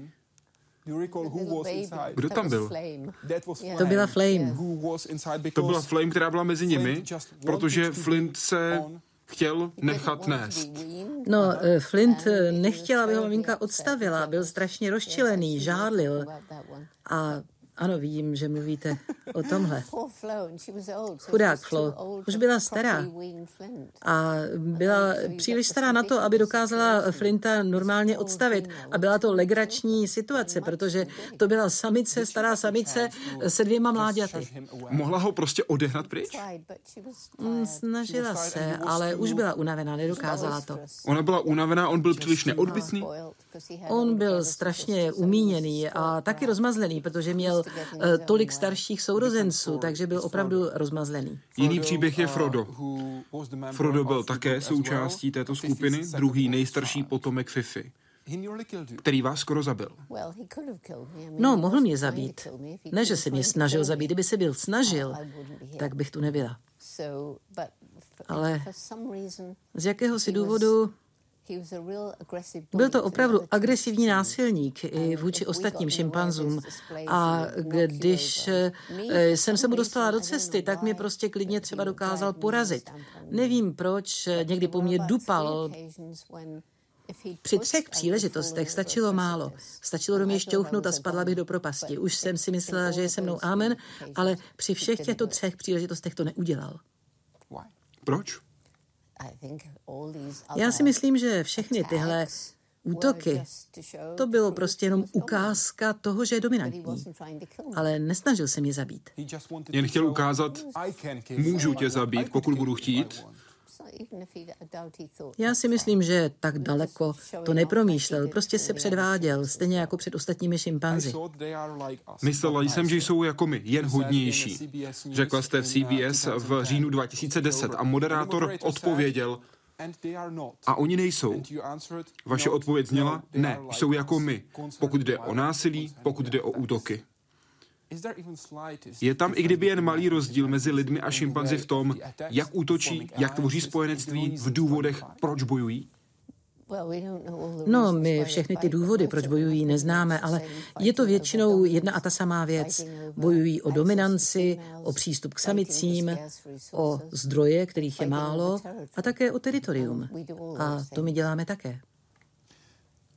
Kdo tam byl? To byla Flame. To byla Flame, která byla mezi nimi, protože Flint se chtěl nechat nést. No, Flint nechtěl, aby ho maminka odstavila, byl strašně rozčilený, žádlil. A ano, vím, že mluvíte o tomhle. Chudák Flo, už byla stará a byla příliš stará na to, aby dokázala Flinta normálně odstavit. A byla to legrační situace, protože to byla samice, stará samice se dvěma mláďaty. Mohla ho prostě odehnat pryč? Snažila se, ale už byla unavená, nedokázala to. Ona byla unavená, on byl příliš neodbytný? On byl strašně umíněný a taky rozmazlený, protože měl tolik starších sourozenců, takže byl opravdu rozmazlený. Jiný příběh je Frodo. Frodo byl také součástí této skupiny, druhý nejstarší potomek Fifi, který vás skoro zabil. No, mohl mě zabít. Ne, že se mě snažil zabít. Kdyby se byl snažil, tak bych tu nebyla. Ale z jakéhosi důvodu byl to opravdu agresivní násilník i vůči ostatním šimpanzům. A když jsem se mu dostala do cesty, tak mě prostě klidně třeba dokázal porazit. Nevím proč, někdy po mně dupal. Při třech příležitostech stačilo málo. Stačilo do mě šťouchnout a spadla bych do propasti. Už jsem si myslela, že je se mnou amen, ale při všech těchto třech příležitostech to neudělal. Proč? Já si myslím, že všechny tyhle útoky, to bylo prostě jenom ukázka toho, že je dominantní. Ale nesnažil se mě zabít. Jen chtěl ukázat, můžu tě zabít, pokud budu chtít. Já si myslím, že tak daleko to nepromýšlel, prostě se předváděl, stejně jako před ostatními šimpanzi. Myslela jsem, že jsou jako my, jen hodnější. Řekla jste v C B S v říjnu dva tisíce deset a moderátor odpověděl, a oni nejsou. Vaše odpověď zněla, ne, jsou jako my, pokud jde o násilí, pokud jde o útoky. Je tam i kdyby jen malý rozdíl mezi lidmi a šimpanzi v tom, jak útočí, jak tvoří spojenectví, v důvodech, proč bojují? No, my všechny ty důvody, proč bojují, neznáme, ale je to většinou jedna a ta samá věc. Bojují o dominanci, o přístup k samicím, o zdroje, kterých je málo, a také o teritorium. A to my děláme také.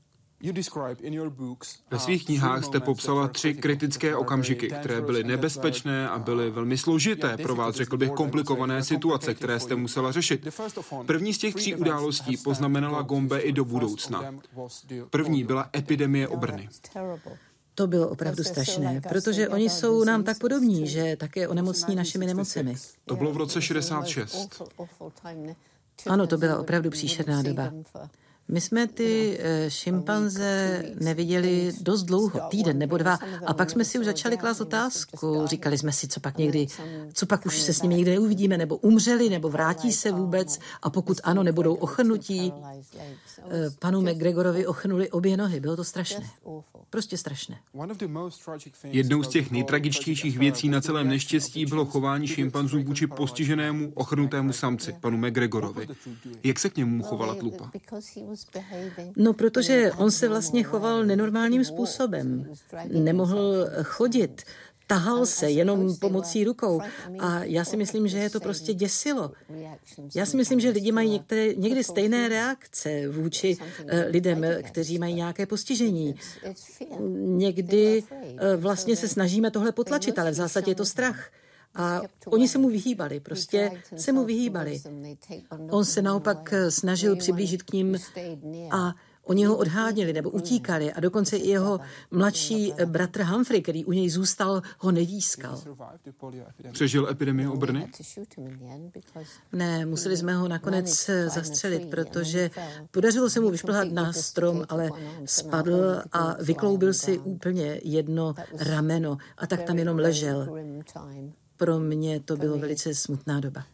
Ve svých knihách jste popsala tři kritické okamžiky, které byly nebezpečné a byly velmi složité, pro vás řekl bych komplikované situace, které jste musela řešit. První z těch tří událostí poznamenala Gombe i do budoucna. První byla epidemie obrny. To bylo opravdu strašné, protože oni jsou nám tak podobní, že také onemocní našimi nemocemi. To bylo v roce šedesát šest. Ano, to byla opravdu příšerná doba. My jsme ty šimpanze neviděli dost dlouho, týden nebo dva, a pak jsme si už začali klást otázku. Říkali jsme si, co pak někdy, co pak už se s nimi někdy neuvidíme, nebo umřeli, nebo vrátí se vůbec, a pokud ano, nebudou ochrnutí. Panu McGregorovi ochrnuli obě nohy, bylo to strašné. Prostě strašné. Jednou z těch nejtragičtějších věcí na celém neštěstí bylo chování šimpanzů vůči postiženému ochrnutému samci, panu McGregorovi. Jak se k němu chovala tlupa? No, protože on se vlastně choval nenormálním způsobem. Nemohl chodit, tahal se jenom pomocí rukou, a já si myslím, že je to prostě děsilo. Já si myslím, že lidi mají některé, někdy stejné reakce vůči lidem, kteří mají nějaké postižení. Někdy vlastně se snažíme tohle potlačit, ale v zásadě je to strach. A oni se mu vyhýbali, prostě se mu vyhýbali. On se naopak snažil přiblížit k ním a oni ho odháněli nebo utíkali, a dokonce i jeho mladší bratr Humphrey, který u něj zůstal, ho nevískal. Přežil epidemii obrny? Ne, museli jsme ho nakonec zastřelit, protože podařilo se mu vyšplhat na strom, ale spadl a vykloubil si úplně jedno rameno a tak tam jenom ležel. Pro mě to bylo velice smutná doba.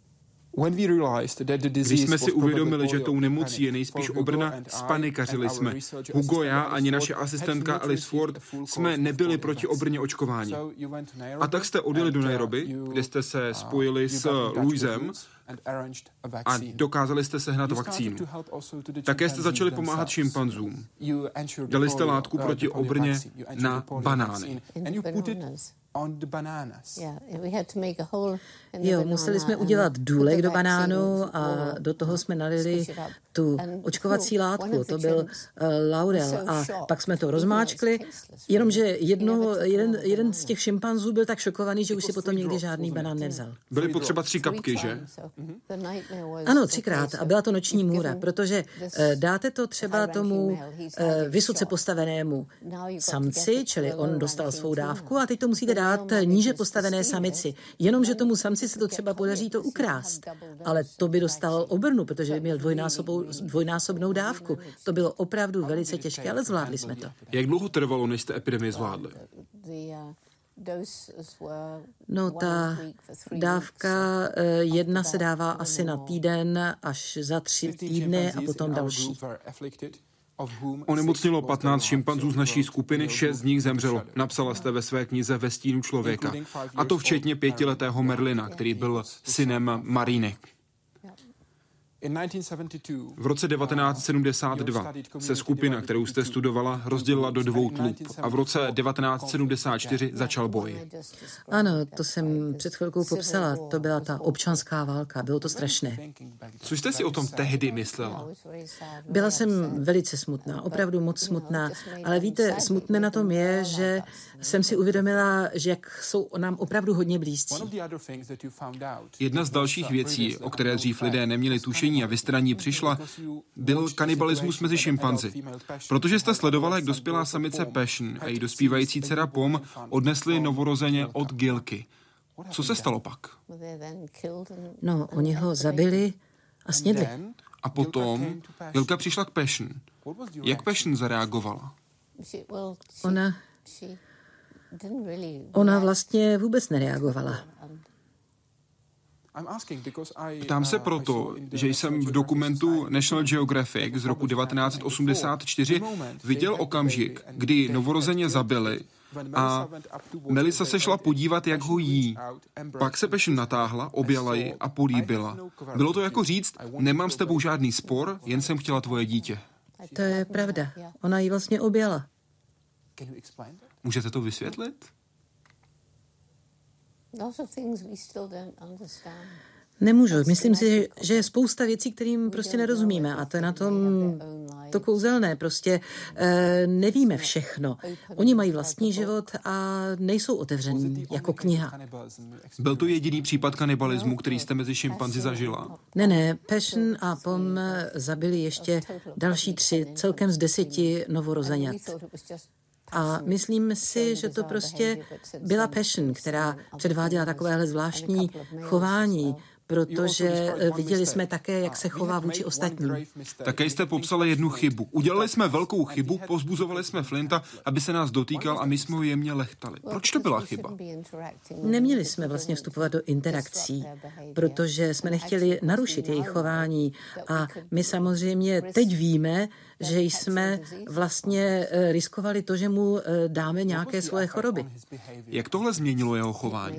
Když jsme si uvědomili, že tou nemocí je nejspíš obrna, spanikařili jsme. Hugo, já ani naše asistentka Alice Ford jsme nebyli proti obrně očkování. A tak jste odjeli do Nairobi, kde jste se spojili s Louisem a dokázali jste sehnat vakcínu. Také jste začali pomáhat šimpanzům. Dali jste látku proti obrně na banány. Jo, museli jsme udělat důlek do banánu a do toho jsme nalili tu očkovací látku, to byl uh, laurel, a pak jsme to rozmáčkli, jenomže jedno, jeden, jeden z těch šimpanzů byl tak šokovaný, že už si potom nikdy žádný banán nevzal. Byly potřeba tři kapky, že? Ano, třikrát, a byla to noční můra, protože uh, dáte to třeba tomu uh, vysoce postavenému samci, čili on dostal svou dávku, a teď to musíte dát níže postavené samici, jenomže tomu samci se to třeba podaří to ukrást, ale to by dostal obrnu, protože by měl dvojnásobnou, dvojnásobnou dávku. To bylo opravdu velice těžké, ale zvládli jsme to. Jak dlouho trvalo, než jste epidemii zvládli? No, ta dávka jedna se dává asi na týden až za tři týdny a potom další. Onemocnilo patnáct šimpanzů z naší skupiny, šest z nich zemřelo. Napsala jste ve své knize Ve stínu člověka. A to včetně pětiletého Merlina, který byl synem Mariny. V roce devatenáct sedmdesát dva se skupina, kterou jste studovala, rozdělila do dvou tlup a v roce devatenáct sedmdesát čtyři začal boj. Ano, to jsem před chvilkou popsala. To byla ta občanská válka. Bylo to strašné. Co jste si o tom tehdy myslela? Byla jsem velice smutná, opravdu moc smutná. Ale víte, smutné na tom je, že jsem si uvědomila, že jak jsou nám opravdu hodně blízcí. Jedna z dalších věcí, o které dřív lidé neměli tušení a vy jste na ní přišla, byl kanibalismus mezi šimpanzi. Protože jste sledovala, jak dospělá samice Passion a její dospívající dcera Pom odnesli novorozeně od Gilky. Co se stalo pak? No, oni ho zabili a snědli. A potom Gilka přišla k Passion. Jak Passion zareagovala? Ona, ona vlastně vůbec nereagovala. Ptám se proto, že jsem v dokumentu National Geographic z roku devatenáct osmdesát čtyři viděl okamžik, kdy novorozeně zabili a Melissa se šla podívat, jak ho jí. Pak se Passion natáhla, objala ji a políbila. Bylo to jako říct, nemám s tebou žádný spor, jen jsem chtěla tvoje dítě. To je pravda. Ona ji vlastně objala. Můžete to vysvětlit? Nemůžu. Myslím si, že je spousta věcí, kterým prostě nerozumíme, a to je na tom to kouzelné, prostě e, nevíme všechno. Oni mají vlastní život a nejsou otevření jako kniha. Byl to jediný případ kanibalismu, který jste mezi šimpanzi zažila? Ne, ne, Passion a Pom zabili ještě další tři, celkem z deseti novorozenat. A myslím si, že to prostě byla Passion, která předváděla takovéhle zvláštní chování, protože viděli jsme také, jak se chová vůči ostatním. Také jste popsala jednu chybu. Udělali jsme velkou chybu, pozbuzovali jsme Flinta, aby se nás dotýkal a my jsme ho jemně lechtali. Proč to byla chyba? Neměli jsme vlastně vstupovat do interakcí, protože jsme nechtěli narušit jejich chování. A my samozřejmě teď víme, že jsme vlastně riskovali to, že mu dáme nějaké svoje choroby. Jak tohle změnilo jeho chování?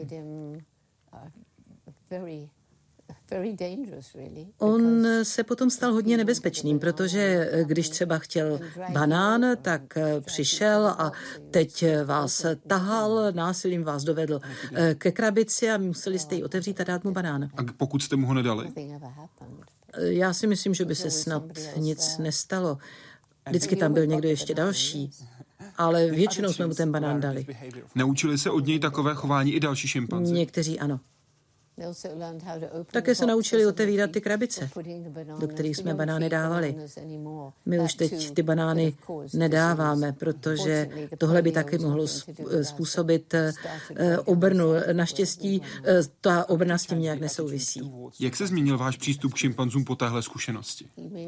On se potom stal hodně nebezpečným, protože když třeba chtěl banán, tak přišel a teď vás tahal, násilím vás dovedl ke krabici a museli jste ji otevřít a dát mu banán. A pokud jste mu ho nedali? Já si myslím, že by se snad nic nestalo. Vždycky tam byl někdo ještě další, ale většinou jsme mu ten banán dali. Naučili se od něj takové chování i další šimpanzi? Někteří ano. Také se naučili otevírat ty krabice, do kterých jsme banány dávali. My už teď ty banány nedáváme, protože tohle by taky mohlo způsobit obrnu. Naštěstí ta obrna s tím nějak nesouvisí. Jak se změnil váš přístup k šimpanzům po téhle zkušenosti?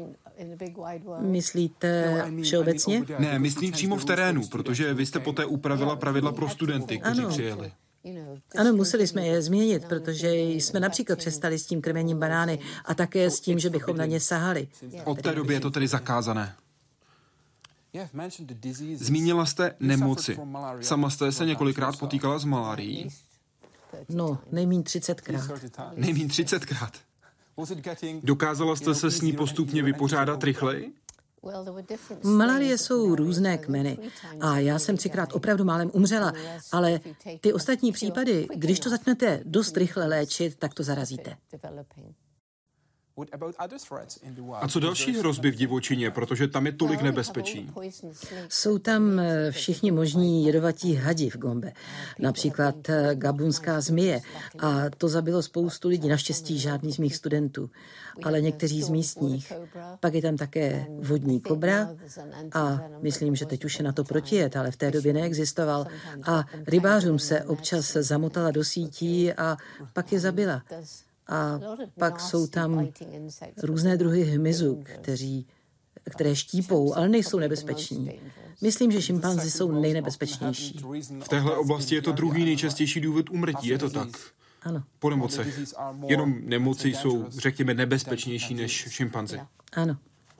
Myslíte všeobecně? Ne, myslím přímo v terénu, protože vy jste poté upravila pravidla pro studenty, kteří ano. přijeli. Ano, museli jsme je změnit, protože jsme například přestali s tím krmením banány a také s tím, že bychom na ně sahali. Od té doby je to tedy zakázané. Zmínila jste nemoci. Sama jste se několikrát potýkala s malárií? No, nejmíň třicetkrát. Nejmíň třicetkrát. Dokázala jste se s ní postupně vypořádat rychleji? Malárie jsou různé kmeny a já jsem třikrát opravdu málem umřela, ale ty ostatní případy, když to začnete dost rychle léčit, tak to zarazíte. A co další hrozby v divočině, protože tam je tolik nebezpečí? Jsou tam všichni možní jedovatí hadi v Gombe, například gabunská zmije a to zabilo spoustu lidí, naštěstí žádný z mých studentů, ale někteří z místních. Pak je tam také vodní kobra a myslím, že teď už je na to protijet, ale v té době neexistoval a rybářům se občas zamotala do sítí a pak je zabila. A pak jsou tam různé druhy hmyzu, kteří, které štípou, ale nejsou nebezpeční. Myslím, že šimpanzi jsou nejnebezpečnější. V téhle oblasti je to druhý nejčastější důvod úmrtí, je to tak? Ano. Po nemocech. Jenom nemoci jsou, řekněme, nebezpečnější než šimpanzi. Ano.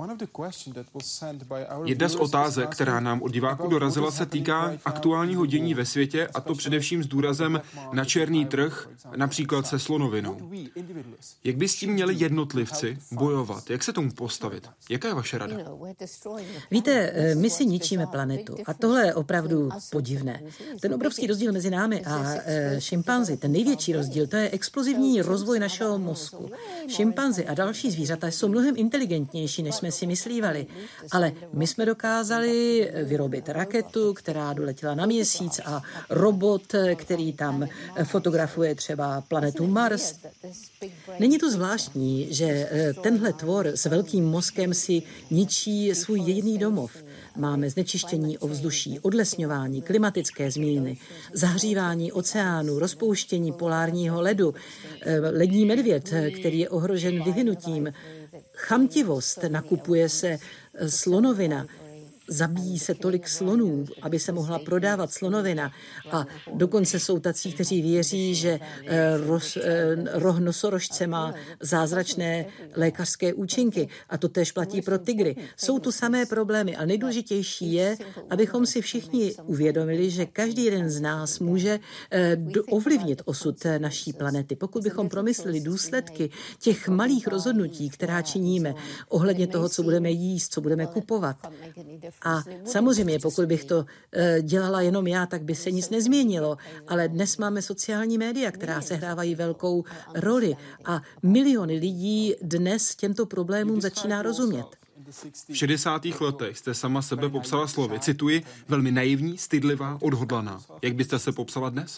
Jedna z otázek, která nám od diváků dorazila, se týká aktuálního dění ve světě, a to především s důrazem na černý trh, například se slonovinou. Jak by s tím měli jednotlivci bojovat? Jak se tomu postavit? Jaká je vaše rada? Víte, my si ničíme planetu a tohle je opravdu podivné. Ten obrovský rozdíl mezi námi a e, šimpanzi, ten největší rozdíl, to je explozivní rozvoj našeho mozku. Šimpanzi a další zvířata jsou mnohem inteligentnější, než jsme si myslívali. Ale my jsme dokázali vyrobit raketu, která doletěla na Měsíc a robot, který tam fotografuje třeba planetu Mars. Není to zvláštní, že tenhle tvor s velkým mozkem si ničí svůj jediný domov. Máme znečištění ovzduší, odlesňování, klimatické změny, zahřívání oceánu, rozpouštění polárního ledu, lední medvěd, který je ohrožen vyhynutím, chamtivost, nakupuje se slonovina, zabíjí se tolik slonů, aby se mohla prodávat slonovina. A dokonce jsou tací, kteří věří, že roz, roh nosorožce má zázračné lékařské účinky. A to též platí pro tygry. Jsou tu samé problémy, ale nejdůležitější je, abychom si všichni uvědomili, že každý jeden z nás může ovlivnit osud naší planety. Pokud bychom promysleli důsledky těch malých rozhodnutí, která činíme ohledně toho, co budeme jíst, co budeme kupovat. A samozřejmě, pokud bych to dělala jenom já, tak by se nic nezměnilo. Ale dnes máme sociální média, která sehrávají velkou roli. A miliony lidí dnes těmto problémům začíná rozumět. V šedesátých letech jste sama sebe popsala slovy, cituji, velmi naivní, stydlivá, odhodlaná. Jak byste se popsala dnes?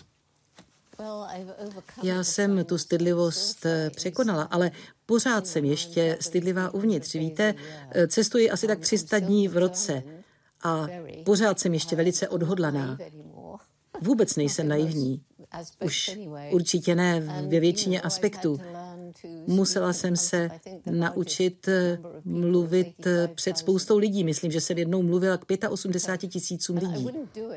Já jsem tu stydlivost překonala, ale pořád jsem ještě stydlivá uvnitř. Víte, cestuji asi tak tři sta dní v roce a pořád jsem ještě velice odhodlaná. Vůbec nejsem naivní. Už určitě ne ve většině aspektů. Musela jsem se naučit mluvit před spoustou lidí. Myslím, že jsem jednou mluvila k osmdesáti pěti tisícům lidí.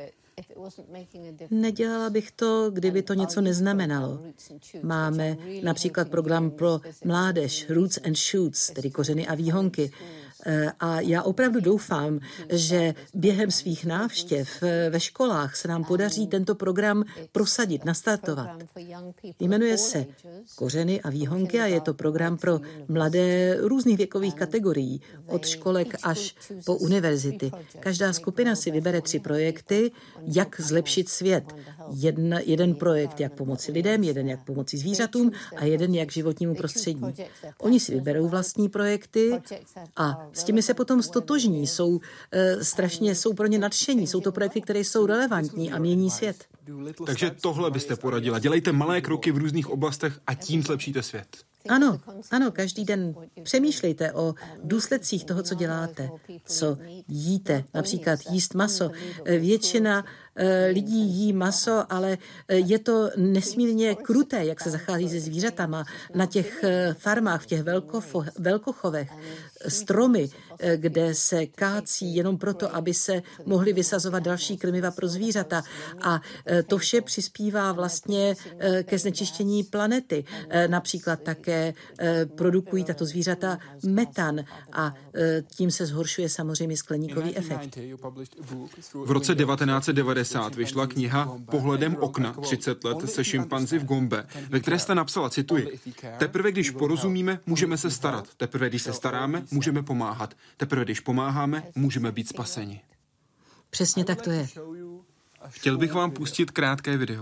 Nedělala bych to, kdyby to něco neznamenalo. Máme například program pro mládež Roots and Shoots, tedy kořeny a výhonky. A já opravdu doufám, že během svých návštěv ve školách se nám podaří tento program prosadit, nastartovat. Jmenuje se Kořeny a výhonky a je to program pro mladé různých věkových kategorií, od školek až po univerzity. Každá skupina si vybere tři projekty, jak zlepšit svět. Jeden, jeden projekt, jak pomoci lidem, jeden, jak pomoci zvířatům a jeden, jak životnímu prostředí. Oni si vyberou vlastní projekty a s těmi se potom stotožní, jsou e, strašně, jsou pro ně nadšení, jsou to projekty, které jsou relevantní a mění svět. Takže tohle byste poradila. Dělejte malé kroky v různých oblastech a tím zlepšíte svět. Ano, ano, každý den přemýšlejte o důsledcích toho, co děláte, co jíte, například jíst maso. Většina lidí jí maso, ale je to nesmírně kruté, jak se zachází se zvířatama. Na těch farmách, v těch velkofo, velkochovech, stromy, kde se kácí jenom proto, aby se mohly vysazovat další krmiva pro zvířata. A to vše přispívá vlastně ke znečištění planety. Například také produkují tato zvířata metan a tím se zhoršuje samozřejmě skleníkový efekt. V roce devatenáct set devadesát vyšla kniha Pohledem okna třicet let se šimpanzi v Gombe, ve které jste napsala, cituji, teprve když porozumíme, můžeme se starat. Teprve když se staráme, můžeme pomáhat. Teprve když pomáháme, můžeme být spaseni. Přesně tak to je. Chtěl bych vám pustit krátké video.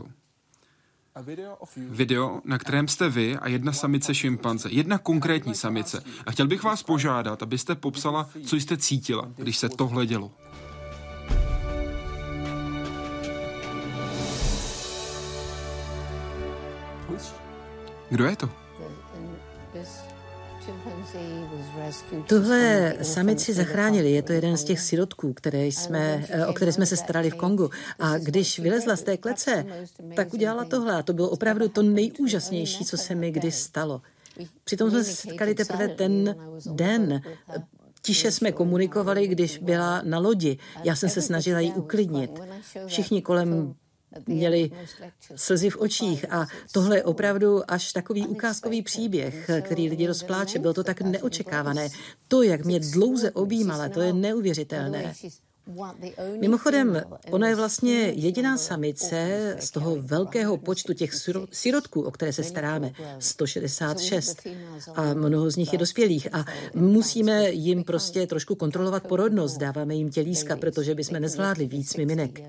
Video, na kterém jste vy a jedna samice šimpanze, jedna konkrétní samice. A chtěl bych vás požádat, abyste popsala, co jste cítila, když se tohle dělo. Kdo je to? Tuhle samici zachránili, je to jeden z těch sirotků, které jsme, o které jsme se starali v Kongu. A když vylezla z té klece, tak udělala tohle. A to bylo opravdu to nejúžasnější, co se mi kdy stalo. Přitom jsme se setkali teprve ten den. Tiše jsme komunikovali, když byla na lodi. Já jsem se snažila ji uklidnit. Všichni kolem měli slzy v očích a tohle je opravdu až takový ukázkový příběh, který lidi rozpláče. Bylo to tak neočekávané. To, jak mě dlouze objímala, to je neuvěřitelné. Mimochodem, ona je vlastně jediná samice z toho velkého počtu těch sirotků, o které se staráme, sto šedesát šest. A mnoho z nich je dospělých. A musíme jim prostě trošku kontrolovat porodnost. Dáváme jim tělíska, protože bychom nezvládli víc miminek.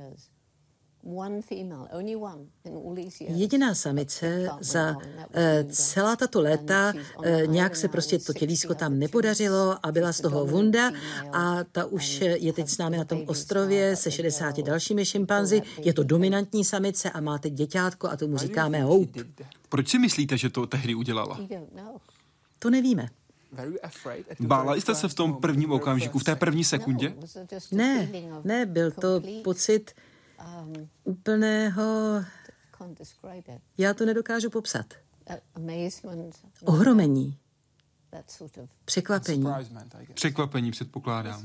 Jediná samice za eh, celá tato léta eh, nějak se prostě to tělísko tam nepodařilo a byla z toho Vunda a ta už je teď s námi na tom ostrově se šedesáti dalšími šimpanzi. Je to dominantní samice a má teď děťátko a tomu říkáme Hope. Proč si myslíte, že to tehdy udělala? To nevíme. Bála jste se v tom prvním okamžiku, v té první sekundě? Ne, ne, byl to pocit úplného, já to nedokážu popsat. Ohromení. Překvapení. Překvapení, předpokládám.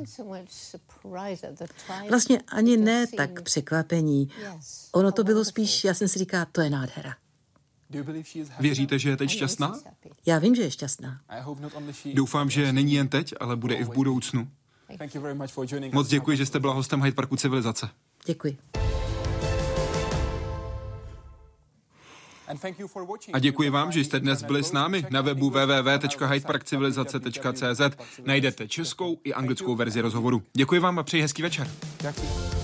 Vlastně ani ne tak překvapení. Ono to bylo spíš, já jsem si říkala, to je nádhera. Věříte, že je teď šťastná? Já vím, že je šťastná. Doufám, že není jen teď, ale bude i v budoucnu. Moc děkuji, že jste byla hostem Hyde Parku Civilizace. Děkuji. A děkuji vám, že jste dnes byli s námi. Na webu w w w tečka hyde park civilizace tečka c z najdete českou i anglickou verzi rozhovoru. Děkuji vám a přeji hezký večer. Děkuji.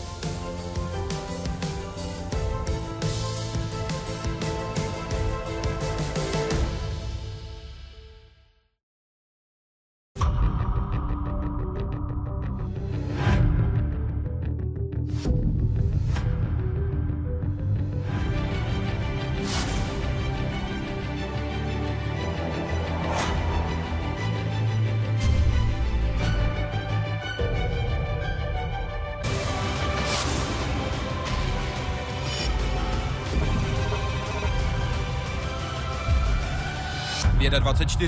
dvacet čtyři.